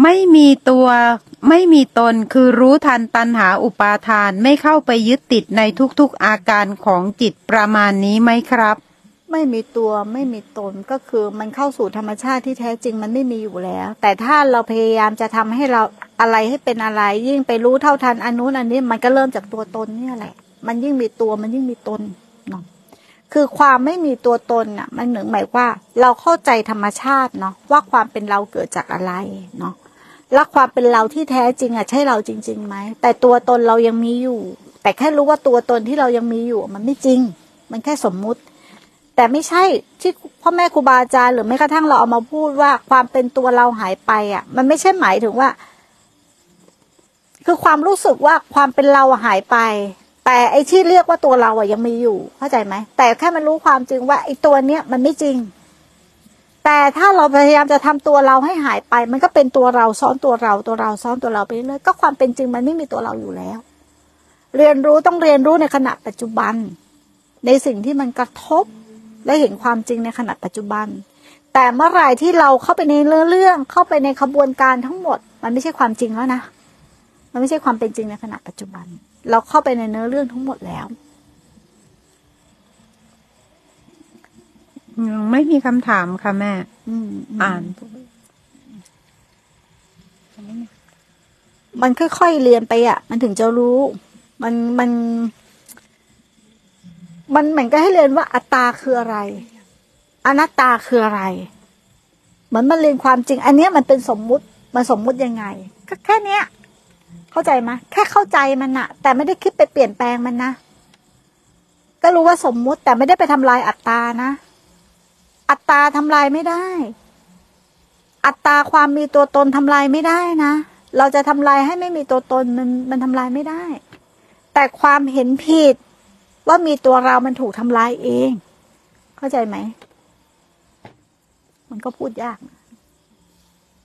ไม่มีตัวไม่มีตนคือรู้ทันตัณหาอุปาทานไม่เข้าไปยึดติดในทุกๆอาการของจิตประมาณนี้ไหมครับไม่มีตัวไม่มีตนก็คือมันเข้าสู่ธรรมชาติที่แท้จริงมันไม่มีอยู่แล้วแต่ถ้าเราพยายามจะทำให้เราอะไรให้เป็นอะไรยิ่งไปรู้เท่าทันอันนู้นอันนี้มันก็เริ่มจากตัวตนเนี่ยแหละมันยิ่งมีตัวมันยิ่งมีตนเนาะคือความไม่มีตัวตนอ่ะมันหมายว่าเราเข้าใจธรรมชาติเนาะว่าความเป็นเราเกิดจากอะไรเนาะและความเป็นเราที่แท้จริงอ่ะใช่เราจริงๆไหมแต่ตัวตนเรายังมีอยู่แต่แค่รู้ว่าตัวตนที่เรายังมีอยู่มันไม่จริงมันแค่สมมุติแต่ไม่ใช่ที่พ่อแม่ครูบาอาจารย์หรือแม้กระทั่งเราเอามาพูดว่าความเป็นตัวเราหายไปอ่ะมันไม่ใช่หมายถึงว่าคือความรู้สึกว่าความเป็นเราหายไปแต่ไอ้ที่เรียกว่าตัวเราอ่ะยังมีอยู่เข้าใจไหมแต่แค่มันรู้ความจริงว่าไอ้ตัวเนี้ยมันไม่จริงแต่ถ้าเราพยายามจะทำตัวเราให้หายไปมันก็เป็นตัวเราซ้อนตัวเราตัวเราซ้อนตัวเราไปเรื่อยก็ความเป็นจริงมันไม่มีตัวเราอยู่แล้วเรียนรู้ต้องเรียนรู้ในขณะปัจจุบันในสิ่งที่มันกระทบและเห็นความจริงในขณะปัจจุบันแต่เมื่อไหร่ที่เราเข้าไปในเรื่องเข้าไปในขบวนการทั้งหมดมันไม่ใช่ความจริงแล้วนะมันไม่ใช่ความเป็นจริงในขณะปัจจุบันเราเข้าไปในเนื้อเรื่องทั้งหมดแล้วไม่มีคำถามค่ะแม่อ่านมันค่อยๆเรียนไปอ่ะมันถึงจะรู้มันเหมือนกับให้เรียนว่าอัตตาคืออะไรอนัตตาคืออะไรเหมือนมันเรียนความจริงอันนี้มันเป็นสมมุติมันสมมุติยังไงก็แค่เนี้ยเข้าใจไหมแค่เข้าใจมันอะแต่ไม่ได้คิดไปเปลี่ยนแปลงมันนะก็รู้ว่าสมมุติแต่ไม่ได้ไปทำลายอัตตานะอัตตาทำลายไม่ได้อัตตาความมีตัวตนทำลายไม่ได้นะเราจะทำลายให้ไม่มีตัวตนมันทำลายไม่ได้แต่ความเห็นผิดว่ามีตัวเรามันถูกทำลายเองเข้าใจไหมมันก็พูดยากนะ